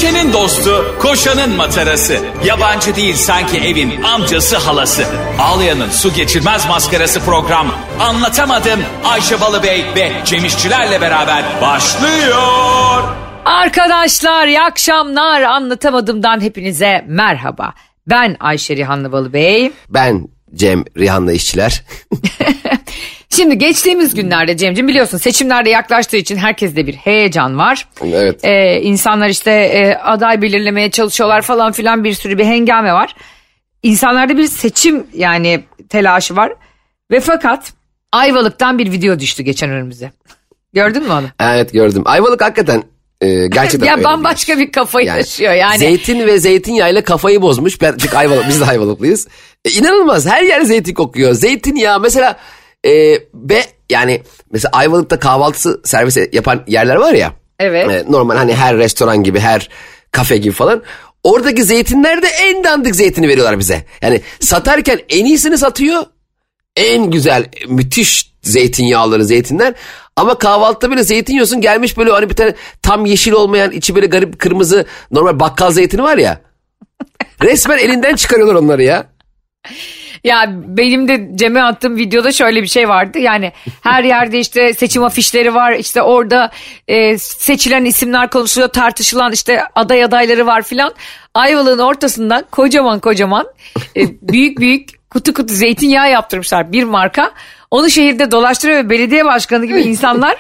Ayşe'nin dostu, koşanın matarası. Yabancı değil sanki evin amcası halası. Ağlayan'ın su geçirmez maskarası program. Anlatamadım Ayşe Balıbey ve Cemişçilerle beraber başlıyor. Arkadaşlar iyi akşamlar. Anlatamadımdan hepinize merhaba. Ben Ayşe Rihanna Balıbey. Ben Cem Rihanna İşçiler. Şimdi geçtiğimiz günlerde Cemciğim biliyorsun seçimlerde yaklaştığı için herkeste bir heyecan var. Evet. İnsanlar işte aday belirlemeye çalışıyorlar falan filan, bir sürü bir hengame var. İnsanlarda bir seçim yani telaşı var. Ve fakat Ayvalık'tan bir video düştü geçen önümüze. Gördün mü onu? Evet gördüm. Ayvalık hakikaten gerçekten ya bambaşka bir kafayı taşıyor yani. Zeytin ve zeytinyağıyla kafayı bozmuş. Çünkü Ayvalık, biz de Ayvalıklıyız. İnanılmaz, her yer zeytin kokuyor. Zeytinyağı mesela ve yani mesela Ayvalık'ta kahvaltısı servis yapan yerler var ya. Evet. Normal hani her restoran gibi, her kafe gibi falan. Oradaki zeytinler de en dandik zeytini veriyorlar bize. Yani satarken en iyisini satıyor. En güzel, müthiş zeytinyağları, zeytinler. Ama kahvaltıda böyle zeytin yiyorsun, gelmiş böyle hani bir tane tam yeşil olmayan, içi böyle garip kırmızı normal bakkal zeytini var ya. Resmen elinden çıkarıyorlar onları ya. Ya benim de Cem'e attığım videoda şöyle bir şey vardı. Yani her yerde işte seçim afişleri var. İşte orada seçilen isimler konuşuluyor, tartışılan işte aday adayları var filan. Ayvalık'ın ortasından kocaman büyük büyük kutu kutu zeytinyağı yaptırmışlar, bir marka. Onu şehirde dolaştırıyor ve belediye başkanı gibi insanlar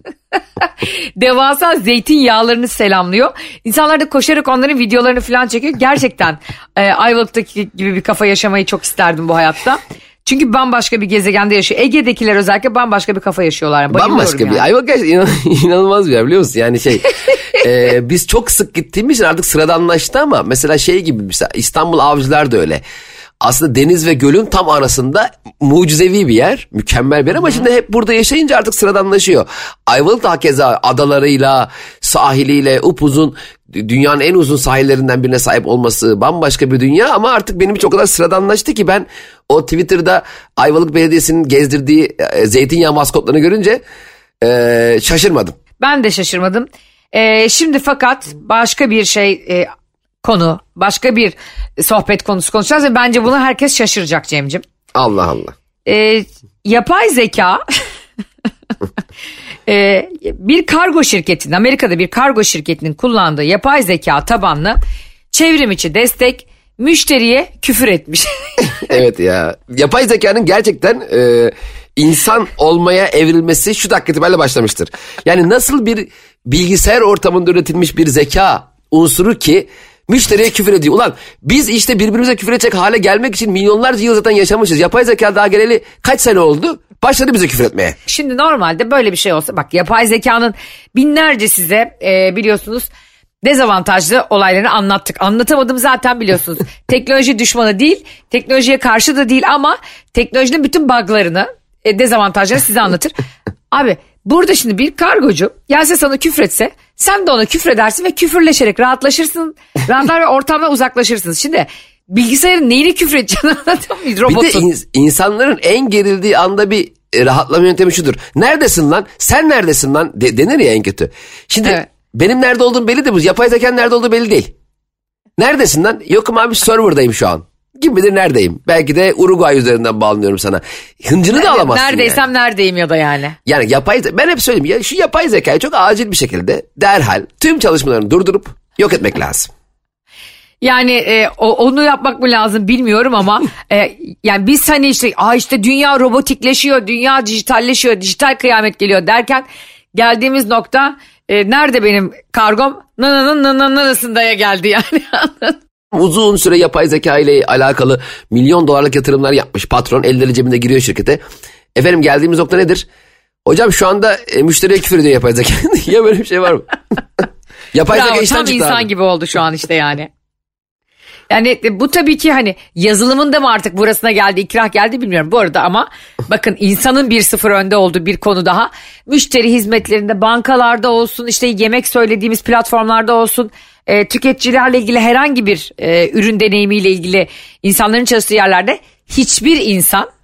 devasa zeytinyağlarını selamlıyor. İnsanlar da koşarak onların videolarını falan çekiyor. Gerçekten Ayvalık'taki gibi bir kafa yaşamayı çok isterdim bu hayatta. Çünkü bambaşka bir gezegende yaşıyor. Ege'dekiler özellikle bambaşka bir kafa yaşıyorlar. Yani bambaşka yani. Bir Ayvalık gerçekten inanılmaz bir yer, biliyor musun? Yani biz çok sık gittiğimiz için artık sıradanlaştı ama mesela şey gibi, mesela İstanbul Avcılar da öyle. Aslında deniz ve gölün tam arasında mucizevi bir yer. Mükemmel bir yer ama şimdi hep burada yaşayınca artık sıradanlaşıyor. Ayvalık da hakeza adalarıyla, sahiliyle, upuzun, dünyanın en uzun sahillerinden birine sahip olması bambaşka bir dünya. Ama artık benim için o kadar sıradanlaştı ki ben o Twitter'da Ayvalık Belediyesi'nin gezdirdiği zeytinyağı maskotlarını görünce şaşırmadım. Ben de şaşırmadım. Şimdi fakat başka bir konu, başka bir sohbet konusu konuşacağız ve bence bunu herkes şaşıracak Cem'ciğim. Allah Allah. Yapay zeka bir kargo şirketinin, Amerika'da bir kargo şirketinin kullandığı yapay zeka tabanlı çevrim içi destek müşteriye küfür etmiş. Evet ya, yapay zekanın gerçekten insan olmaya evrilmesi şu dakika itibariyle başlamıştır. Yani nasıl bir bilgisayar ortamında üretilmiş bir zeka unsuru ki müşteriye küfür ediyor. Ulan biz işte birbirimize küfür edecek hale gelmek için milyonlarca yıl zaten yaşamışız. Yapay zeka daha geleli kaç sene oldu? Başladı bize küfür etmeye. Şimdi normalde böyle bir şey olsa, bak yapay zekanın binlerce size biliyorsunuz dezavantajlı olaylarını anlattık. Anlatamadım zaten, biliyorsunuz. Teknoloji düşmanı değil, teknolojiye karşı da değil ama teknolojinin bütün buglarını, dezavantajlarını size anlatır. Abi burada şimdi bir kargocu gelse sana küfretse, sen de ona küfredersin ve küfürleşerek rahatlaşırsın. Rahatlar ve ortamdan uzaklaşırsınız. Şimdi bilgisayarın neyine küfredeceğini anlatamayız robotun. Bir de insanların en gerildiği anda bir rahatlama yöntemi şudur. Neredesin lan? Sen neredesin lan? Denir ya en kötü. Şimdi evet. Benim nerede olduğum belli de bu. Yapay zekanın nerede olduğu belli değil. Neredesin lan? Yokum abi, serverdayım şu an. Kim bilir neredeyim. Belki de Uruguay üzerinden bağlanıyorum sana. Hıncını da alamazsın. Neredeysem yani. Neredeyim ya da yani. Yani ben hep söyleyeyim ya, şu yapay zekayı çok acil bir şekilde derhal tüm çalışmalarını durdurup yok etmek lazım. Yani onu yapmak mı lazım bilmiyorum ama yani biz hani işte dünya robotikleşiyor, dünya dijitalleşiyor, dijital kıyamet geliyor derken geldiğimiz nokta nerede benim kargom? Nanasındaya geldi yani. Uzun süre yapay zeka ile alakalı milyon dolarlık yatırımlar yapmış patron, elleri cebinde giriyor şirkete. Efendim geldiğimiz nokta nedir? Hocam şu anda müşteriye küfür ediyor yapay zeka. Ya böyle bir şey var mı? Yapay zeka işten çıktı. Tam insan gibi oldu şu an işte yani. Yani bu tabii ki hani yazılımın da mı artık burasına geldi, ikrah geldi bilmiyorum. Bu arada ama bakın insanın 1-0 önde olduğu bir konu daha. Müşteri hizmetlerinde, bankalarda olsun, işte yemek söylediğimiz platformlarda olsun, tüketicilerle ilgili herhangi bir ürün deneyimiyle ilgili insanların çalıştığı yerlerde hiçbir insan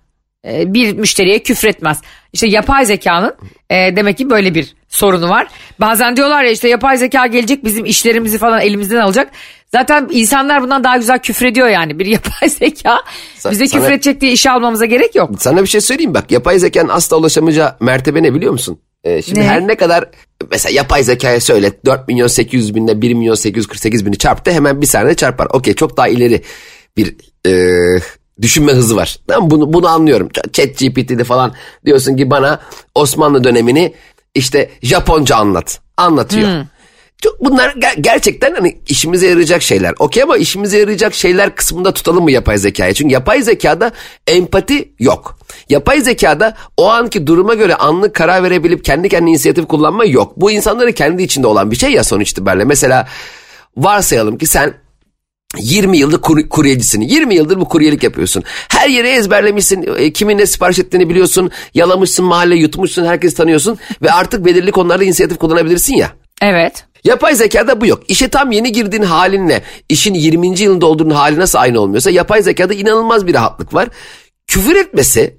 bir müşteriye küfretmez. İşte yapay zekanın demek ki böyle bir sorunu var. Bazen diyorlar ya işte yapay zeka gelecek bizim işlerimizi falan elimizden alacak. Zaten insanlar bundan daha güzel küfrediyor yani. Bir yapay zeka bize küfredecek diye işe almamıza gerek yok. Sana bir şey söyleyeyim bak, yapay zekanın asla ulaşamayacağı mertebe ne biliyor musun? Şimdi her ne kadar mesela yapay zekaya söyle 4.800.000'le 1.848.000'i çarptı, hemen bir saniyede çarpar. Okey, çok daha ileri bir düşünme hızı var. Tamam, bunu anlıyorum. ChatGPT'de falan diyorsun ki bana Osmanlı dönemini işte Japonca anlatıyor. Bunlar gerçekten hani işimize yarayacak şeyler. Okey, ama işimize yarayacak şeyler kısmında tutalım mı yapay zekayı? Çünkü yapay zekada empati yok. Yapay zekada o anki duruma göre anlık karar verebilip kendi kendine inisiyatif kullanma yok. Bu insanların kendi içinde olan bir şey ya sonuç itibariyle. Mesela varsayalım ki sen 20 yıldır kuryecisin. 20 yıldır bu kuryelik yapıyorsun. Her yere ezberlemişsin. Kimin ne sipariş ettiğini biliyorsun. Yalamışsın, mahalle yutmuşsun, herkesi tanıyorsun. Ve artık belirli konularda inisiyatif kullanabilirsin ya. Evet. Yapay zekada bu yok. İşe tam yeni girdiğin halinle işin 20. yılında olduğun hali nasıl aynı olmuyorsa yapay zekada inanılmaz bir rahatlık var. Küfür etmesi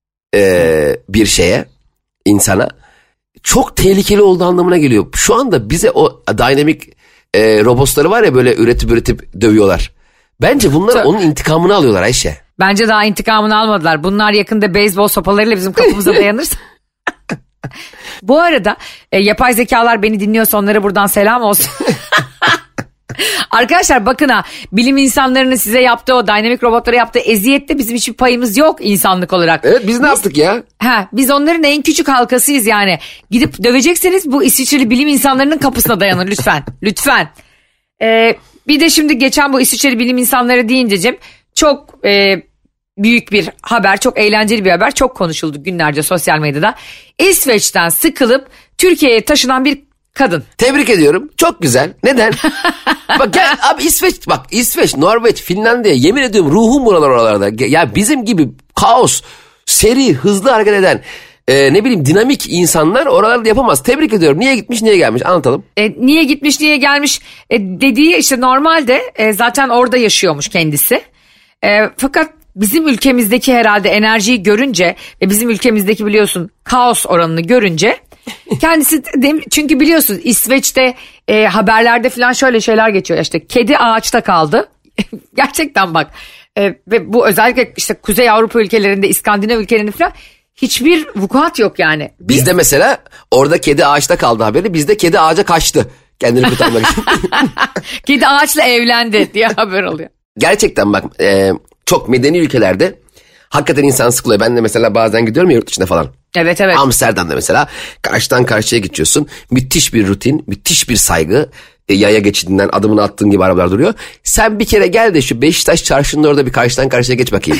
bir şeye, insana çok tehlikeli olduğu anlamına geliyor. Şu anda bize o dynamic robotları var ya, böyle üretip dövüyorlar. Bence bunlar onun intikamını alıyorlar Ayşe. Bence daha intikamını almadılar. Bunlar yakında beyzbol sopalarıyla bizim kapımıza dayanırsa. Bu arada yapay zekalar beni dinliyorsa onlara buradan selam olsun. Arkadaşlar bakın ha, bilim insanlarının size yaptığı, o dinamik robotlara yaptığı eziyette bizim hiçbir payımız yok insanlık olarak. Evet, biz ne yaptık ya? Biz onların en küçük halkasıyız yani. Gidip dövecekseniz bu İsviçreli bilim insanlarının kapısına dayanın lütfen. Lütfen. Bir de şimdi geçen bu İsviçreli bilim insanları deyincecim çok büyük bir haber, çok eğlenceli bir haber, çok konuşuldu günlerce sosyal medyada. İsveç'ten sıkılıp Türkiye'ye taşınan bir kadın. Tebrik ediyorum. Çok güzel. Neden? Bak gel abi, İsveç, Norveç, Finlandiya, yemin ediyorum ruhum oralarda. Ya bizim gibi kaos, seri, hızlı hareket eden, ne bileyim dinamik insanlar oralarda yapamaz. Tebrik ediyorum. Niye gitmiş, niye gelmiş? Anlatalım. Niye gitmiş, niye gelmiş dediği işte normalde zaten orada yaşıyormuş kendisi. Fakat bizim ülkemizdeki herhalde enerjiyi görünce ve bizim ülkemizdeki biliyorsun kaos oranını görünce kendisi çünkü biliyorsunuz İsveç'te haberlerde falan şöyle şeyler geçiyor. İşte kedi ağaçta kaldı. Gerçekten bak. Ve bu özellikle işte Kuzey Avrupa ülkelerinde, İskandinav ülkelerinde falan hiçbir vukuat yok yani. Bizde mesela orada kedi ağaçta kaldı haberi. Bizde kedi ağaca kaçtı kendini kurtarmak için. Kedi ağaçla evlendi diye haber oluyor. Gerçekten bak çok medeni ülkelerde hakikaten insan sıkılıyor. Ben de mesela bazen gidiyorum ya yurt dışına falan. Evet. Amsterdam'da mesela karşıdan karşıya geçiyorsun. Müthiş bir rutin, müthiş bir saygı. Yaya geçidinden adımını attığın gibi arabalar duruyor. Sen bir kere gel de şu Beşiktaş çarşının orada bir karşıdan karşıya geç bakayım.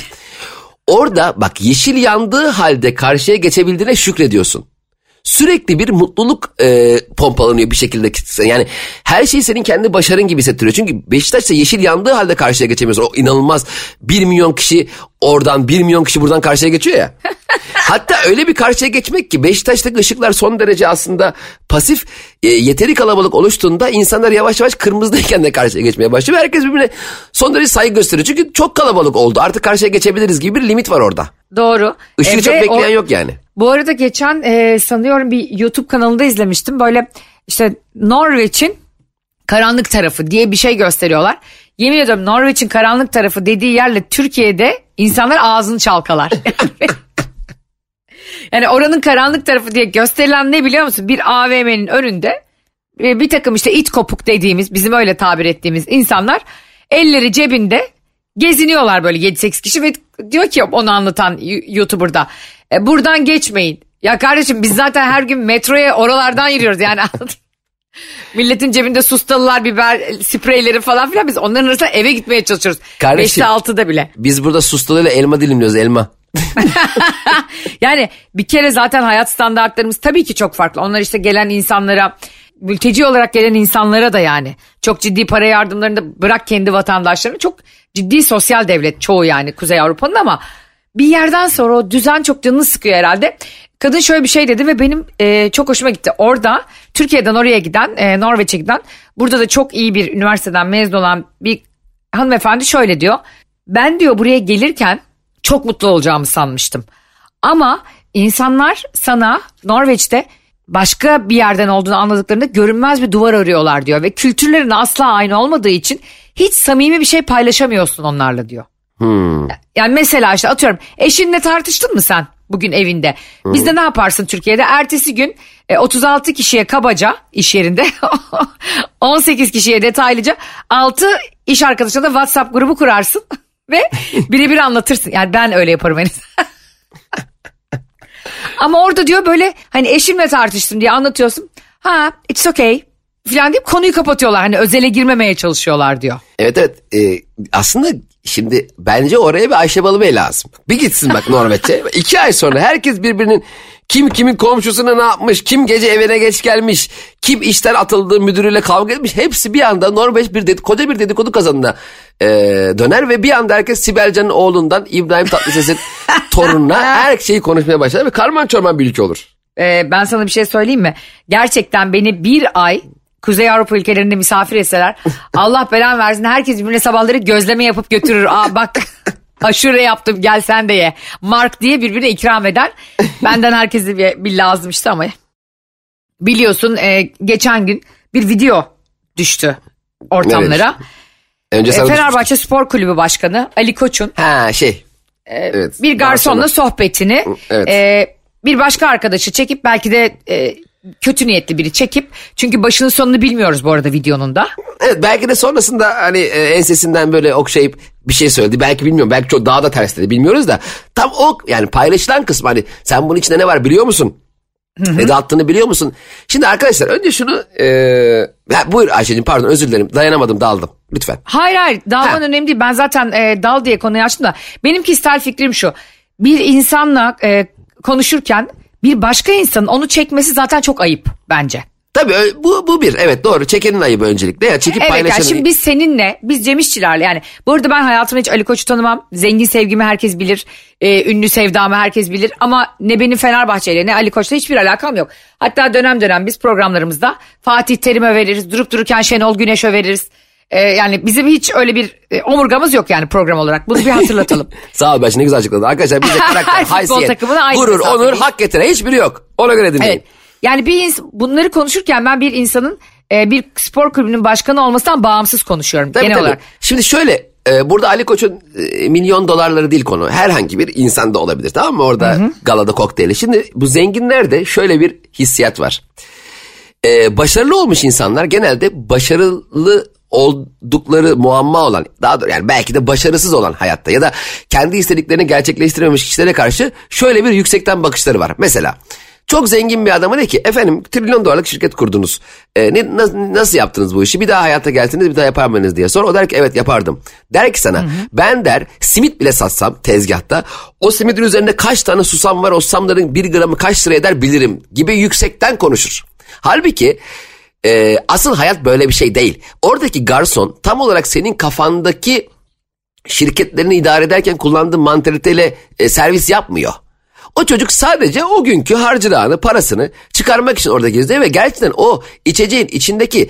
Orada bak yeşil yandığı halde karşıya geçebildiğine şükrediyorsun. Sürekli bir mutluluk pompalanıyor bir şekilde. Yani her şey senin kendi başarın gibi hissettiriyor. Çünkü Beşiktaş'ta yeşil yandığı halde karşıya geçemiyorsun. O inanılmaz 1 milyon kişi oradan 1 milyon kişi buradan karşıya geçiyor ya. Hatta öyle bir karşıya geçmek ki Beşiktaş'taki ışıklar son derece aslında pasif, yeteri kalabalık oluştuğunda insanlar yavaş yavaş kırmızıdayken de karşıya geçmeye başlıyor. Herkes birbirine son derece saygı gösteriyor. Çünkü çok kalabalık oldu, artık karşıya geçebiliriz gibi bir limit var orada. Doğru. Işığı çok bekleyen yok yani. Bu arada geçen sanıyorum bir YouTube kanalında izlemiştim. Böyle işte Norveç'in karanlık tarafı diye bir şey gösteriyorlar. Yemin ediyorum Norveç'in karanlık tarafı dediği yerle Türkiye'de insanlar ağzını çalkalar. Yani oranın karanlık tarafı diye gösterilen ne biliyor musun? Bir AVM'nin önünde bir takım işte it kopuk dediğimiz, bizim öyle tabir ettiğimiz insanlar elleri cebinde geziniyorlar böyle 7-8 kişi ve diyor ki onu anlatan YouTuber'da buradan geçmeyin. Ya kardeşim biz zaten her gün metroya oralardan yürüyoruz yani anladın. Milletin cebinde sustalılar, biber spreyleri falan filan, biz onların arasında eve gitmeye çalışıyoruz. Kardeşim, 5'te 6'da bile. Biz burada sustalıyla elma dilimliyoruz, elma. Yani bir kere zaten hayat standartlarımız tabii ki çok farklı. Onlar işte gelen insanlara, mülteci olarak gelen insanlara da yani çok ciddi para yardımlarında, bırak kendi vatandaşlarını, çok ciddi sosyal devlet çoğu yani Kuzey Avrupa'nın, ama bir yerden sonra o düzen çok canını sıkıyor herhalde. Kadın şöyle bir şey dedi ve benim çok hoşuma gitti. Orada Türkiye'den oraya giden, Norveç'e giden, burada da çok iyi bir üniversiteden mezun olan bir hanımefendi şöyle diyor. Ben diyor buraya gelirken çok mutlu olacağımı sanmıştım. Ama insanlar sana Norveç'te başka bir yerden olduğunu anladıklarında görünmez bir duvar örüyorlar diyor. Ve kültürlerin asla aynı olmadığı için hiç samimi bir şey paylaşamıyorsun onlarla diyor. Yani mesela işte atıyorum, eşinle tartıştın mı sen bugün evinde? Bizde ne yaparsın Türkiye'de? Ertesi gün 36 kişiye kabaca iş yerinde 18 kişiye detaylıca 6 iş arkadaşına da WhatsApp grubu kurarsın ve birebir anlatırsın. Yani ben öyle yaparım henüz. Ama orada diyor böyle hani eşimle tartıştım diye anlatıyorsun. Ha, it's okay falan deyip konuyu kapatıyorlar. Hani özele girmemeye çalışıyorlar diyor. Evet. Aslında şimdi bence oraya bir Ayşe Balıbey lazım. Bir gitsin bak Norveç'e. 2 ay sonra herkes birbirinin kim kimin komşusuna ne yapmış, kim gece evine geç gelmiş, kim işten atıldığı müdürüyle kavga etmiş. Hepsi bir anda Norveç koca bir dedikodu kazanına döner ve bir anda herkes Sibel Can'ın oğlundan İbrahim Tatlıses'in torununa her şeyi konuşmaya başlar ve karman çorman bir ülke olur. Ben sana bir şey söyleyeyim mi? Gerçekten beni bir ay Kuzey Avrupa ülkelerinde misafir etseler Allah belanı versin, herkes birbirine sabahları gözleme yapıp götürür. Aa bak aşure yaptım gel sen de ye. Mark diye birbirine ikram eder. Benden herkese bir lazım işte ama. Biliyorsun geçen gün bir video düştü ortamlara. Evet. Fenerbahçe Spor Kulübü Başkanı Ali Koç'un evet, bir garsonla sohbetini bir başka arkadaşı çekip, belki de kötü niyetli biri çekip, çünkü başının sonunu bilmiyoruz bu arada videonun da. Evet, belki de sonrasında hani ensesinden böyle okşayıp bir şey söyledi. Belki bilmiyorum, belki çok daha da tersledi, bilmiyoruz da. Tam o yani paylaşılan kısmı, hani sen bunun içinde ne var biliyor musun? Ne dağıttığını biliyor musun? Şimdi arkadaşlar önce şunu buyur Ayşe'cim, pardon özür dilerim, dayanamadım, daldım lütfen. Hayır dalman önemli değil, ben zaten dal diye konuyu açtım da benim kişisel fikrim şu: bir insanla konuşurken bir başka insanın onu çekmesi zaten çok ayıp bence. Tabii bu bir, evet doğru, çekenin ayıbı öncelikle ya, çekip evet, paylaşanın. Yani şimdi biz seninle, biz Cem İşçilerle, yani bu arada ben hayatımda hiç Ali Koç'u tanımam. Zengin sevgimi herkes bilir, ünlü sevdamı herkes bilir, ama ne benim Fenerbahçe'yle ne Ali Koç'la hiçbir alakam yok. Hatta dönem dönem biz programlarımızda Fatih Terim'e veririz, durup dururken Şenol Güneş'e veririz. Yani bizim hiç öyle bir omurgamız yok yani program olarak. Bunu bir hatırlatalım. Sağ ol, ne güzel açıkladın. Arkadaşlar bizde karakter, haysiyet, gurur, onur, hak getire hiçbiri yok. Ona göre dinleyin. Evet. Yani bunları konuşurken ben bir insanın bir spor kulübünün başkanı olmasından bağımsız konuşuyorum genel olarak. Şimdi şöyle, burada Ali Koç'un milyon dolarları değil konu. Herhangi bir insan da olabilir, tamam mı? Orada galada kokteyli. Şimdi bu zenginlerde şöyle bir hissiyat var. Başarılı olmuş insanlar genelde başarılı oldukları muamma olan, daha doğrusu yani belki de başarısız olan hayatta ya da kendi istediklerini gerçekleştirememiş kişilere karşı şöyle bir yüksekten bakışları var. Mesela çok zengin bir adama de ki, efendim trilyon dolarlık şirket kurdunuz. Nasıl yaptınız bu işi? Bir daha hayata gelseniz bir daha yapar mısınız diye sor. O der ki evet yapardım. Der ki sana, ben der simit bile satsam tezgahta, o simitin üzerinde kaç tane susam var, o susamların 1 gramı kaç lira eder bilirim gibi yüksekten konuşur. Halbuki asıl hayat böyle bir şey değil. Oradaki garson tam olarak senin kafandaki şirketlerini idare ederken kullandığı mantaliteyle servis yapmıyor. O çocuk sadece o günkü harcırağını, parasını çıkarmak için orada geziyor ve gerçekten o içeceğin içindeki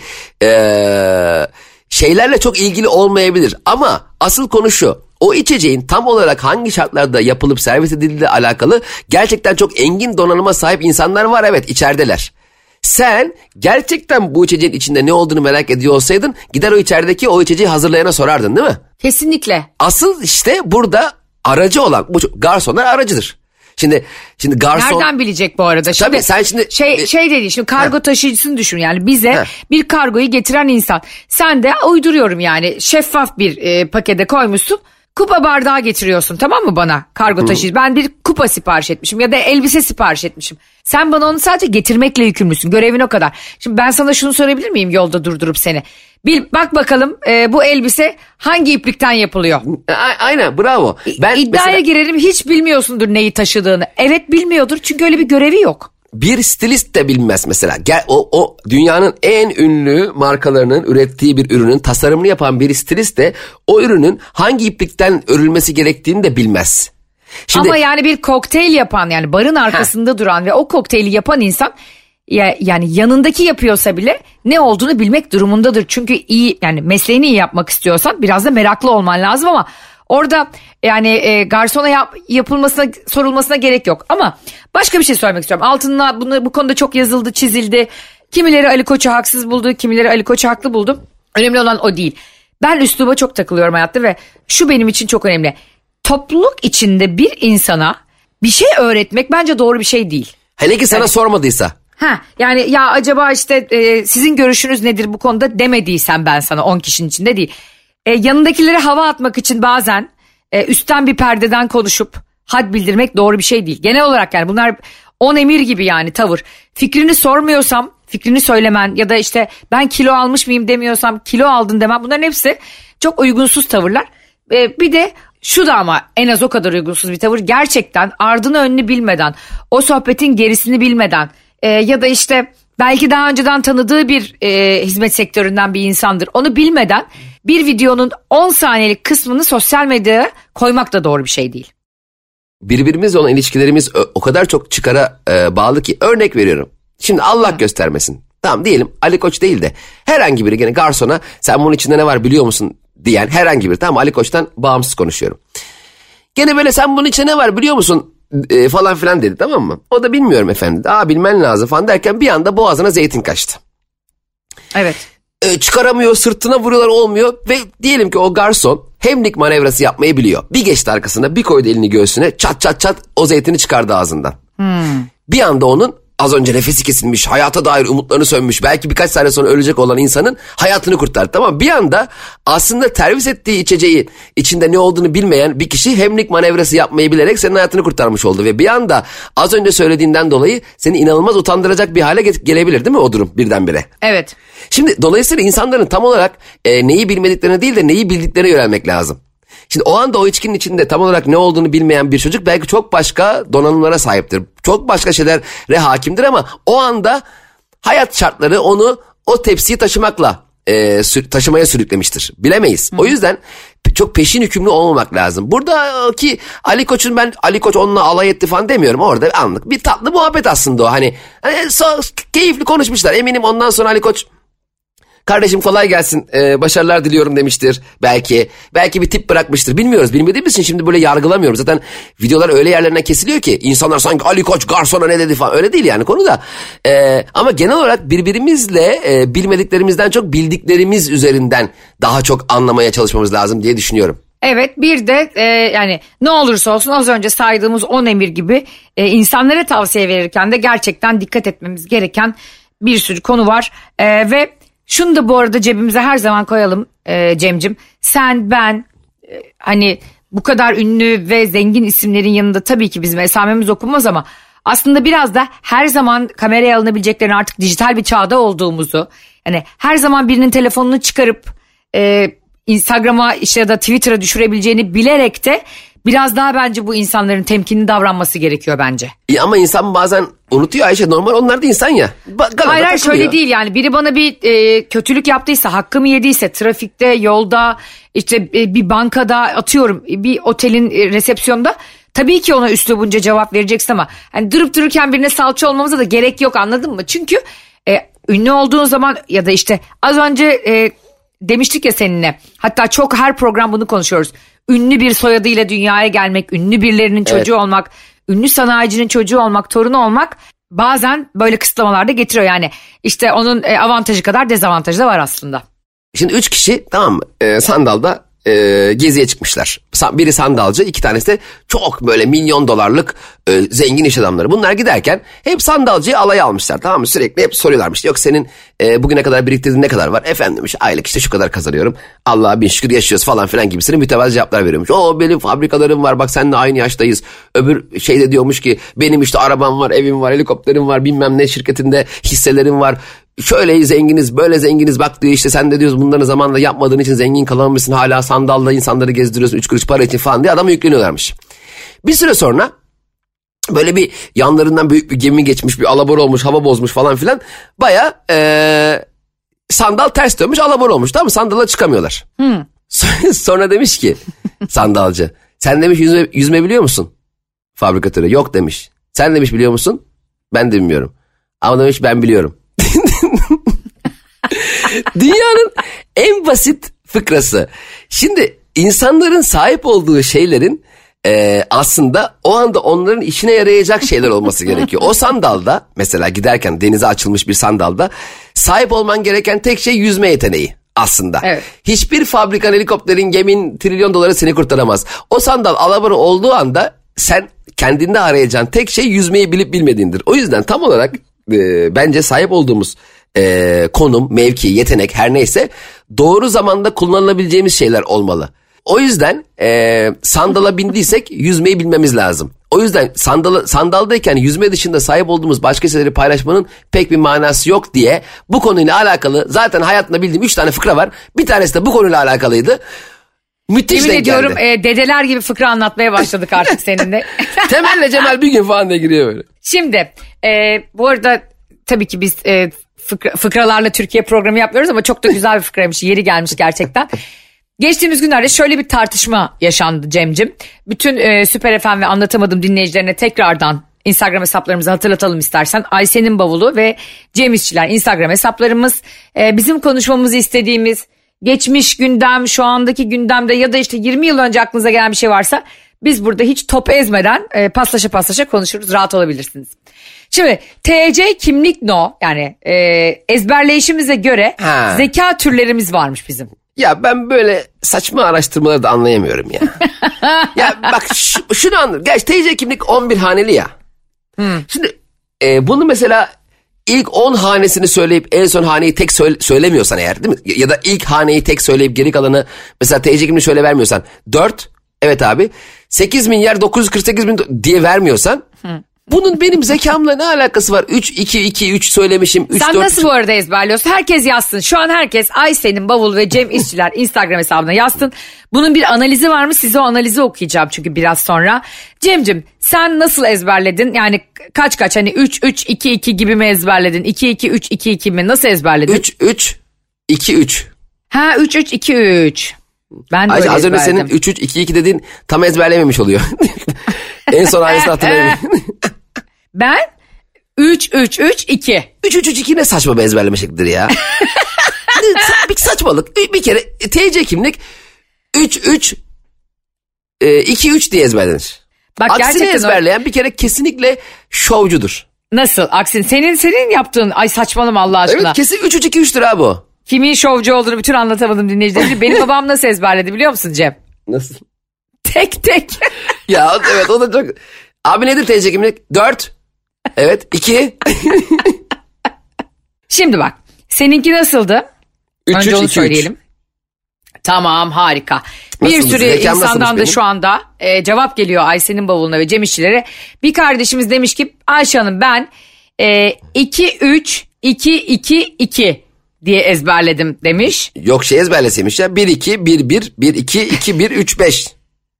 şeylerle çok ilgili olmayabilir. Ama asıl konu şu: o içeceğin tam olarak hangi şartlarda yapılıp servis edildiğiyle alakalı gerçekten çok engin donanıma sahip insanlar var, evet, içerideler. Sen gerçekten bu içeceğin içinde ne olduğunu merak ediyor olsaydın gider o içerideki o içeceği hazırlayana sorardın, değil mi? Kesinlikle. Asıl işte burada aracı olan bu garsonlar aracıdır. Şimdi garson... Nereden bilecek bu arada? Şimdi, tabii sen şimdi... Şey dedi, şimdi kargo taşıyıcısını düşün, yani bize bir kargoyu getiren insan. Sen de uyduruyorum yani şeffaf bir pakete koymuşsun. Kupa bardağı getiriyorsun, tamam mı, bana kargo taşıyıcı? Ben bir kupa sipariş etmişim ya da elbise sipariş etmişim. Sen bana onu sadece getirmekle yükümlüsün. Görevin o kadar. Şimdi ben sana şunu sorabilir miyim yolda durdurup seni? Bir bak bakalım bu elbise hangi iplikten yapılıyor? Aynen, bravo. İddiaya girelim, hiç bilmiyorsundur neyi taşıdığını. Evet, bilmiyordur çünkü öyle bir görevi yok. Bir stilist de bilmez mesela. O dünyanın en ünlü markalarının ürettiği bir ürünün tasarımını yapan bir stilist de o ürünün hangi iplikten örülmesi gerektiğini de bilmez. Şimdi, ama yani bir kokteyl yapan, yani barın arkasında duran ve o kokteyli yapan insan, yani yanındaki yapıyorsa bile ne olduğunu bilmek durumundadır. Çünkü iyi, yani mesleğini iyi yapmak istiyorsan biraz da meraklı olman lazım, ama Orada yani garsona sorulmasına gerek yok. Ama başka bir şey söylemek istiyorum. Altına bu konuda çok yazıldı, çizildi. Kimileri Ali Koç'u haksız buldu, kimileri Ali Koç'u haklı buldu. Önemli olan o değil. Ben üsluba çok takılıyorum hayatta ve şu benim için çok önemli. Topluluk içinde bir insana bir şey öğretmek bence doğru bir şey değil. Hele ki sana sormadıysa. Yani ya acaba işte sizin görüşünüz nedir bu konuda demediysen ben sana 10 kişinin içinde değil. Yanındakilere hava atmak için bazen üstten bir perdeden konuşup had bildirmek doğru bir şey değil. Genel olarak yani bunlar 10 emir gibi yani tavır. Fikrini sormuyorsam fikrini söylemen ya da işte ben kilo almış mıyım demiyorsam kilo aldın demem, bunların hepsi çok uygunsuz tavırlar. Bir de şu da ama en az o kadar uygunsuz bir tavır, gerçekten ardını önünü bilmeden, o sohbetin gerisini bilmeden ya da işte belki daha önceden tanıdığı bir hizmet sektöründen bir insandır, onu bilmeden bir videonun 10 saniyelik kısmını sosyal medyaya koymak da doğru bir şey değil. Birbirimizle olan ilişkilerimiz o kadar çok çıkara bağlı ki, örnek veriyorum. Şimdi Allah göstermesin. Tamam diyelim Ali Koç değil de herhangi biri, gene garsona sen bunun içinde ne var biliyor musun diyen herhangi biri, tamam Ali Koç'tan bağımsız konuşuyorum. Gene böyle sen bunun içinde ne var biliyor musun falan filan dedi, tamam mı? O da bilmiyorum efendim. Bilmen lazım falan derken bir anda boğazına zeytin kaçtı. Evet. Çıkaramıyor, sırtına vuruyorlar, olmuyor ve diyelim ki o garson hemlik manevrası yapmayı biliyor. Bir geçti arkasına, bir koydu elini göğsüne, çat çat çat o zeytini çıkardı ağzından. Bir anda onun az önce nefesi kesilmiş, hayata dair umutlarını sönmüş, belki birkaç saniye sonra ölecek olan insanın hayatını kurtardı. Tamam, bir anda aslında tervis ettiği içeceği içinde ne olduğunu bilmeyen bir kişi hemlik manevrası yapmayı bilerek senin hayatını kurtarmış oldu. Ve bir anda az önce söylediğinden dolayı seni inanılmaz utandıracak bir hale gelebilir değil mi o durum birdenbire? Evet. Şimdi dolayısıyla insanların tam olarak neyi bilmediklerini değil de neyi bildiklerini öğrenmek lazım. Şimdi o anda o içkinin içinde tam olarak ne olduğunu bilmeyen bir çocuk belki çok başka donanımlara sahiptir. Çok başka şeylere hakimdir ama o anda hayat şartları onu o tepsiyi taşımaya sürüklemiştir. Bilemeyiz. O yüzden çok peşin hükümlü olmamak lazım. Buradaki Ali Koç'un ben Ali Koç onunla alay etti falan demiyorum. Orada anlık bir tatlı muhabbet aslında o. Hani keyifli konuşmuşlar. Eminim ondan sonra Ali Koç kardeşim kolay gelsin, başarılar diliyorum demiştir belki. Belki bir tip bırakmıştır, bilmiyoruz. Bilmediğimiz için şimdi böyle yargılamıyorum. Zaten videolar öyle yerlerine kesiliyor ki insanlar sanki Ali Koç garsona ne dedi falan, öyle değil yani konu da. Ama genel olarak birbirimizle bilmediklerimizden çok bildiklerimiz üzerinden daha çok anlamaya çalışmamız lazım diye düşünüyorum. Evet, bir de yani ne olursa olsun az önce saydığımız 10 emir gibi insanlara tavsiye verirken de gerçekten dikkat etmemiz gereken bir sürü konu var. Ve şunu da bu arada cebimize her zaman koyalım Cem'cim. Sen, ben hani bu kadar ünlü ve zengin isimlerin yanında tabii ki bizim esamemiz okunmaz ama aslında biraz da her zaman kameraya alınabileceklerin artık dijital bir çağda olduğumuzu, yani her zaman birinin telefonunu çıkarıp Instagram'a işte ya da Twitter'a düşürebileceğini bilerek de biraz daha bence bu insanların temkinli davranması gerekiyor bence. Ama insan bazen unutuyor Ayşe, normal, onlar da insan ya. Hayır şöyle değil yani, biri bana bir kötülük yaptıysa, hakkımı yediyse, trafikte, yolda, işte bir bankada, atıyorum bir otelin resepsiyonda, tabii ki ona üslubunca cevap vereceksin ama hani durup dururken birine salça olmamıza da gerek yok, anladın mı? Çünkü ünlü olduğun zaman ya da işte az önce demiştik ya seninle, hatta çok her program bunu konuşuyoruz. Ünlü bir soyadıyla dünyaya gelmek, ünlü birilerinin çocuğu olmak, ünlü sanayicinin çocuğu olmak, torunu olmak bazen böyle kısıtlamalar da getiriyor. Yani işte onun avantajı kadar dezavantajı da var aslında. Şimdi 3 kişi, tamam mı, sandalda geziye çıkmışlar. Biri sandalcı, 2 tanesi de çok böyle milyon dolarlık zengin iş adamları. Bunlar giderken hep sandalcıyı alaya almışlar, tamam mı? Sürekli hep soruyorlarmış. Yok senin bugüne kadar biriktirdiğin ne kadar var? Efendim işte aylık işte şu kadar kazanıyorum. Allah'a bin şükür yaşıyoruz falan filan gibisine mütevazı cevaplar veriyormuş. O benim fabrikalarım var, bak seninle aynı yaştayız. Öbür şeyde diyormuş ki benim işte arabam var, evim var, helikopterim var, bilmem ne şirketinde hisselerim var. Şöyle zenginiz, böyle zenginiz, bak diyor işte sen de diyoruz bunları zamanla yapmadığın için zengin kalamamışsın, hala sandalla insanları gezdiriyorsun 3 kuruş para için falan diye adama yükleniyorlarmış. Bir süre sonra böyle bir yanlarından büyük bir gemi geçmiş, bir alabor olmuş, hava bozmuş falan filan, baya sandal ters dönmüş, alabor olmuş, tamam mı? Sandala çıkamıyorlar. Sonra demiş ki sandalcı, sen demiş yüzme biliyor musun? Fabrikatörü yok demiş. Sen demiş biliyor musun? Ben de bilmiyorum. Ama demiş ben biliyorum. Dünyanın en basit fıkrası. Şimdi insanların sahip olduğu şeylerin aslında o anda onların işine yarayacak şeyler olması gerekiyor. O sandalda mesela giderken denize açılmış bir sandalda sahip olman gereken tek şey yüzme yeteneği aslında. Evet. Hiçbir fabrikan, helikopterin, gemin trilyon doları seni kurtaramaz. O sandal alabora olduğu anda sen kendinde arayacağın tek şey yüzmeyi bilip bilmediğindir. O yüzden tam olarak bence sahip olduğumuz konum, mevki, yetenek her neyse doğru zamanda kullanılabileceğimiz şeyler olmalı. O yüzden sandala bindiysek yüzmeyi bilmemiz lazım. O yüzden sandaldayken yüzme dışında sahip olduğumuz başka şeyleri paylaşmanın pek bir manası yok diye bu konuyla alakalı zaten hayatımda bildiğim 3 tane fıkra var. Bir tanesi de bu konuyla alakalıydı. Müthiş Yemin denk ediyorum geldi. dedeler gibi fıkra anlatmaya başladık artık seninle. Temel'le Cemal bir gün falan da giriyor böyle. Şimdi bu arada tabii ki biz fıkralarla Türkiye programı yapmıyoruz ama çok da güzel bir fıkraymış. Yeri gelmiş gerçekten. Geçtiğimiz günlerde şöyle bir tartışma yaşandı Cem'cim. Bütün Süper FM ve Anlatamadım dinleyicilerine tekrardan Instagram hesaplarımızı hatırlatalım istersen. Ayşe'nin bavulu ve Cem İşçiler Instagram hesaplarımız. Bizim konuşmamızı istediğimiz geçmiş gündem, şu andaki gündemde ya da işte 20 yıl önce aklınıza gelen bir şey varsa biz burada hiç top ezmeden paslaşa konuşuruz, rahat olabilirsiniz. Şimdi TC kimlik no yani ezberleyişimize göre zeka türlerimiz varmış bizim. Ya ben böyle saçma araştırmaları da anlayamıyorum ya. Ya bak şunu anladım. Gerçi TC kimlik 11 haneli ya. Şimdi bunu mesela ilk 10 hanesini söyleyip en son haneyi tek söylemiyorsan eğer değil mi? Ya da ilk haneyi tek söyleyip geri kalanı mesela TC kimliği şöyle vermiyorsan 4 evet abi 8 milyar 948 bin diye vermiyorsan bunun benim zekamla ne alakası var? 3, 2, 2, 3 söylemişim. 3, Sen 4, nasıl bu arada ezberliyorsun? Herkes yazsın. Şu an herkes Ayşe'nin bavul ve Cem İşçiler Instagram hesabına yazsın. Bunun bir analizi var mı? Size o analizi okuyacağım çünkü biraz sonra. Cem'cim sen nasıl ezberledin? Yani kaç hani 3, 3, 2, 2 gibi mi ezberledin? 2, 2, 3, 2, 2 mi? Nasıl ezberledin? 3, 3, 2, 3. Ha 3, 3, 2, 3. Ben de öyle Az önce ezberledim. senin 3, 3, 2, 2 dediğin tam ezberlememiş oluyor. En son hanesini hatırlayamıyorum. Ben 3, 3, 3, 2. 3, 3, 3, 2 ne saçma bir ezberleme şeklidir ya. Bir saçmalık. Bir kere TC kimlik 3, 3, 2, 3 diye ezberlenir. Bak, aksini gerçekten ezberleyen bir kere kesinlikle şovcudur. Nasıl? Aksine senin yaptığın ay saçmalama Allah aşkına. Evet kesin 3, 3, 2, 3'tür abi o. Kimin şovcu olduğunu bütün anlatamadım dinleyicilerim. Benim babam nasıl ezberledi biliyor musun Cem? Nasıl? Tek. Ya evet o da çok... Abi nedir TC kimlik? 4. Evet 2. Şimdi bak seninki nasıldı? 3, Önce 3, onu 2, söyleyelim. Tamam harika. Bir Nasıldı? sürü Zekam insandan nasılmış da benim? şu anda cevap geliyor Ayşe'nin bavuluna ve Cem İşçilere. Bir kardeşimiz demiş ki Ayşe Hanım ben 2, 3, 2, 2, 2 diye ezberledim demiş. Yok şey ezberleseymiş ya 1, 2, 1, 1, 1, 2, 2, 1, 3, 5.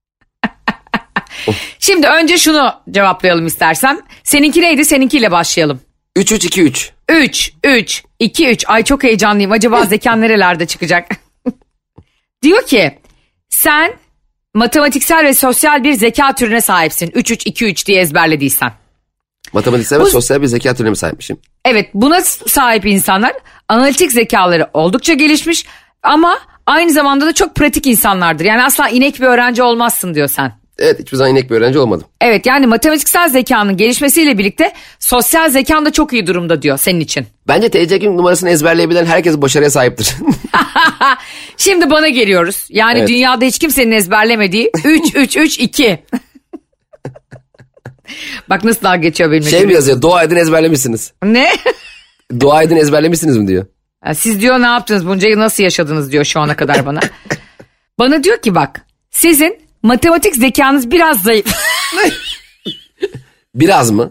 Şimdi önce şunu cevaplayalım istersen. Seninki neydi? Seninkiyle başlayalım. 3, 3, 2, 3. 3, 3, 2, 3. Ay çok heyecanlıyım. Acaba zekan nerelerde çıkacak? Diyor ki sen matematiksel ve sosyal bir zeka türüne sahipsin. 3, 3, 2, 3 diye ezberlediysen. Matematiksel ve sosyal bir zeka türüne mi sahipmişim? Evet buna sahip insanlar analitik zekaları oldukça gelişmiş ama aynı zamanda da çok pratik insanlardır. Yani asla inek bir öğrenci olmazsın diyor sen. Evet hiçbir zaman inek bir öğrenci olmadım. Evet yani matematiksel zekanın gelişmesiyle birlikte sosyal zekan da çok iyi durumda diyor senin için. Bence TC kimlik numarasını ezberleyebilen herkes başarıya sahiptir. Şimdi bana geliyoruz. Yani Evet. dünyada hiç kimsenin ezberlemediği 3, 3, 3, 2. Bak nasıl dalga geçiyor benimle. Şey mi yazıyor? Dua edin ezberlemişsiniz. Ne? Dua edin ezberlemişsiniz mi diyor. Ya siz diyor ne yaptınız bunca yıl nasıl yaşadınız diyor şu ana kadar bana. Bana diyor ki bak sizin matematik zekanız biraz zayıf. Biraz mı?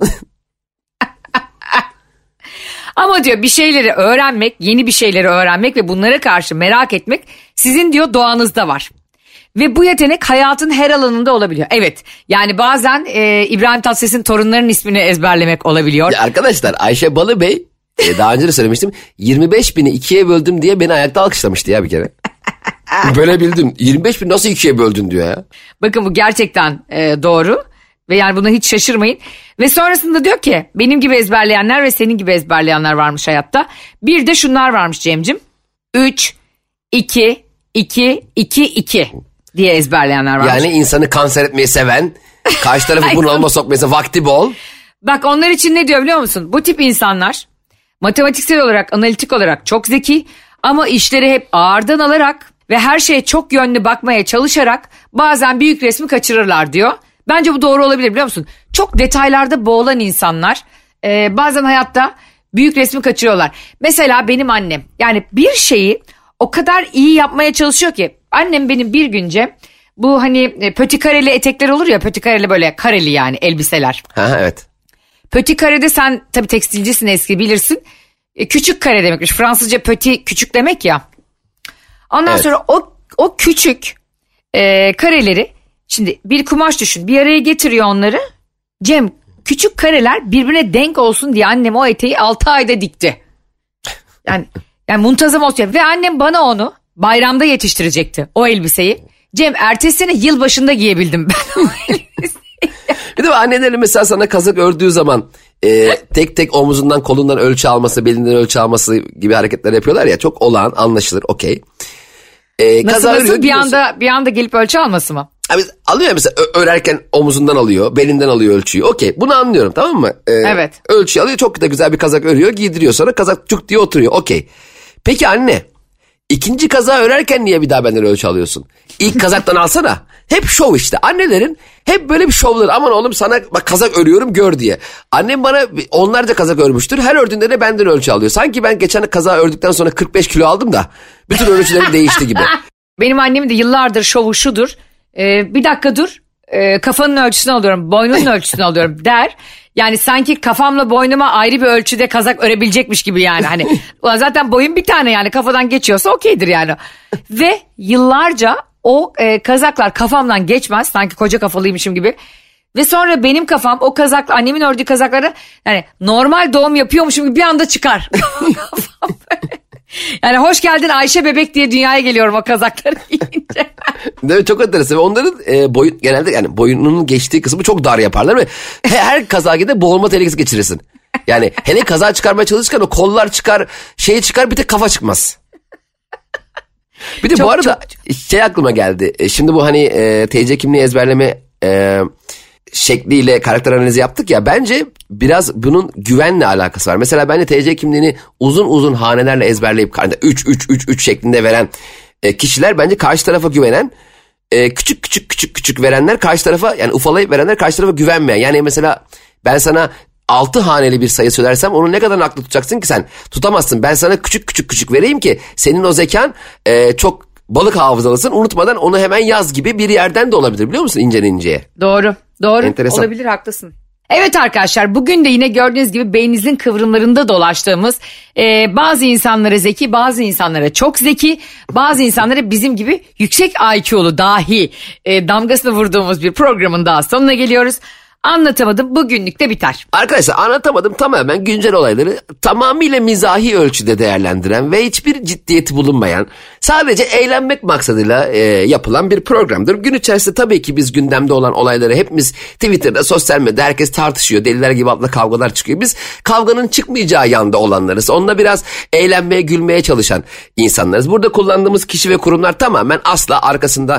Ama diyor bir şeyleri öğrenmek, yeni bir şeyleri öğrenmek ve bunlara karşı merak etmek sizin diyor doğanızda var. Ve bu yetenek hayatın her alanında olabiliyor. Evet yani bazen İbrahim Tatlıses'in torunlarının ismini ezberlemek olabiliyor. Ya arkadaşlar Ayşe Balıbey daha önce de söylemiştim 25.000'i 2'ye böldüm diye beni ayakta alkışlamıştı ya bir kere. Böyle bildim 25.000 nasıl 2'ye böldün diyor ya. Bakın bu gerçekten doğru ve yani buna hiç şaşırmayın. Ve sonrasında diyor ki benim gibi ezberleyenler ve senin gibi ezberleyenler varmış hayatta. Bir de şunlar varmış Cem'cim. 3, 2, 2, 2, 2. diye ezberleyenler var. Yani insanı kanser etmeyi seven, karşı tarafı bunalıma sokmaysa vakti bol. Bak onlar için ne diyor biliyor musun? Bu tip insanlar matematiksel olarak, analitik olarak çok zeki ama işleri hep ağırdan alarak ve her şeye çok yönlü bakmaya çalışarak bazen büyük resmi kaçırırlar diyor. Bence bu doğru olabilir biliyor musun? Çok detaylarda boğulan insanlar bazen hayatta büyük resmi kaçırıyorlar. Mesela benim annem, yani bir şeyi o kadar iyi yapmaya çalışıyor ki. Annem benim bir günce bu hani pötikareli etekler olur ya, pötikareli böyle kareli yani elbiseler. Ha, evet. Pötikarede sen tabii tekstilcisin, eski bilirsin. Küçük kare demekmiş. Fransızca pöti küçük demek ya. Ondan sonra o küçük kareleri, şimdi bir kumaş düşün, bir araya getiriyor onları. Cem, küçük kareler birbirine denk olsun diye annem o eteği 6 ayda dikti. Yani muntazam olsun. Ve annem bana onu bayramda yetiştirecekti, o elbiseyi. Cem, ertesi sene yılbaşında giyebildim ben o elbiseyi. Bir de annelerin mesela sana kazak ördüğü zaman tek tek omuzundan, kolundan ölçü alması, belinden ölçü alması gibi hareketler yapıyorlar ya, çok olağan, anlaşılır, okey. Nasıl bir anda gelip ölçü alması mı? Abi, alıyor ya mesela, örerken omuzundan alıyor, belinden alıyor ölçüyü, okey, bunu anlıyorum, tamam mı? Evet. Ölçü alıyor, çok da güzel bir kazak örüyor, giydiriyor, sonra kazak cuk diye oturuyor, okey. Peki anne, ikinci kazağı örerken niye bir daha benden ölçü alıyorsun? İlk kazaktan alsana. Hep şov işte. Annelerin hep böyle bir şovları. Aman oğlum sana bak kazak örüyorum gör diye. Annem bana onlarca kazak örmüştür. Her ördüğünde de benden ölçü alıyor. Sanki ben geçen kazağı ördükten sonra 45 kilo aldım da bütün ölçülerim değişti gibi. Benim annemin de yıllardır şovu şudur. Bir dakika dur. Kafanın ölçüsünü alıyorum. Boynunun ölçüsünü alıyorum der. Yani sanki kafamla boynuma ayrı bir ölçüde kazak örebilecekmiş gibi yani. Hani zaten boyum bir tane, yani kafadan geçiyorsa okeydir yani. Ve yıllarca o kazaklar kafamdan geçmez. Sanki koca kafalıymışım gibi. Ve sonra benim kafam o kazak, annemin ördüğü kazakları yani normal doğum yapıyormuşum gibi bir anda çıkar. Kafam böyle. Yani hoş geldin Ayşe bebek diye dünyaya geliyorum o kazakları giyince. Değil mi? Çok enteresan. Onların boyun, genelde yani boyunun geçtiği kısmı çok dar yaparlar ve her kazağa gidip boğulma tehlikesi geçirirsin. Yani hele kazağı çıkarmaya çalışırken o kollar çıkar, şey çıkar, bir tek kafa çıkmaz. Bir de bu arada şey aklıma geldi. Şimdi bu hani TC kimliği ezberleme şekliyle karakter analizi yaptık ya, bence biraz bunun güvenle alakası var. Mesela bence TC kimliğini uzun uzun hanelerle ezberleyip 3 şeklinde veren kişiler bence karşı tarafa güvenen, küçük verenler karşı tarafa, yani ufalayıp verenler karşı tarafa güvenmeyen. Yani mesela ben sana 6 haneli bir sayı söylersem onu ne kadar aklı tutacaksın ki sen? Tutamazsın. Ben sana küçük vereyim ki senin o zekan çok balık hafızalısın, unutmadan onu hemen yaz gibi bir yerden de olabilir, biliyor musun, inceden inceye. Doğru enteresan. Olabilir, haklısın. Evet arkadaşlar, bugün de yine gördüğünüz gibi beyninizin kıvrımlarında dolaştığımız bazı insanlara zeki, bazı insanlara çok zeki, bazı insanlara bizim gibi yüksek IQ'lu dahi damgasını vurduğumuz bir programın daha sonuna geliyoruz. Anlatamadım bugünlük de biter. Arkadaşlar, Anlatamadım tamamen güncel olayları tamamıyla mizahi ölçüde değerlendiren ve hiçbir ciddiyeti bulunmayan, sadece eğlenmek maksadıyla yapılan bir programdır. Gün içerisinde tabii ki biz gündemde olan olayları hepimiz Twitter'da, sosyal medyada herkes tartışıyor. Deliler gibi altında kavgalar çıkıyor. Biz kavganın çıkmayacağı yanda olanlarız. Onunla biraz eğlenmeye, gülmeye çalışan insanlarız. Burada kullandığımız kişi ve kurumlar tamamen asla arkasında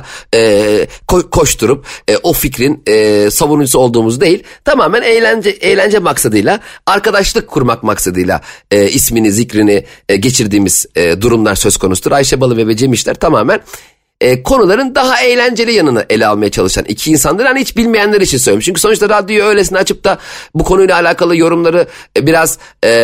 koşturup o fikrin savunucusu olduğumuz değil, tamamen eğlence maksadıyla, arkadaşlık kurmak maksadıyla ismini, zikrini geçirdiğimiz durumlar söz konusudur. Ayşe Balıbey ve Cem İşler tamamen konuların daha eğlenceli yanını ele almaya çalışan iki insandır. Hani hiç bilmeyenler için söylüyorum. Çünkü sonuçta radyoyu öylesine açıp da bu konuyla alakalı yorumları biraz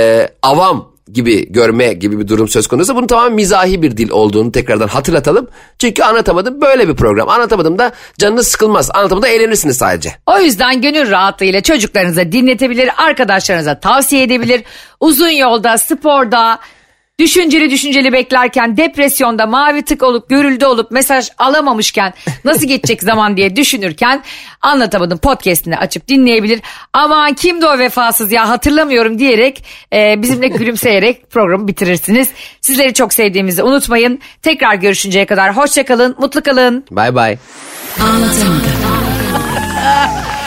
avam gibi görme gibi bir durum söz konusu. Bunun tamamen mizahi bir dil olduğunu tekrardan hatırlatalım. Çünkü Anlatamadım böyle bir program. Anlatamadım da canınız sıkılmaz. Anlatamadım'da eğlenirsiniz sadece. O yüzden gönül rahatlığıyla çocuklarınıza dinletebilir, arkadaşlarınıza tavsiye edebilir. Uzun yolda, sporda, düşünceli beklerken, depresyonda, mavi tık olup, görüldü olup, mesaj alamamışken, nasıl geçecek zaman diye düşünürken Anlatamadım podcast'ini açıp dinleyebilir. Aman kimdi o vefasız ya, hatırlamıyorum diyerek bizimle gülümseyerek programı bitirirsiniz. Sizleri çok sevdiğimizi unutmayın. Tekrar görüşünceye kadar hoşça kalın, mutlu kalın. Bye bye. Anlatamadım.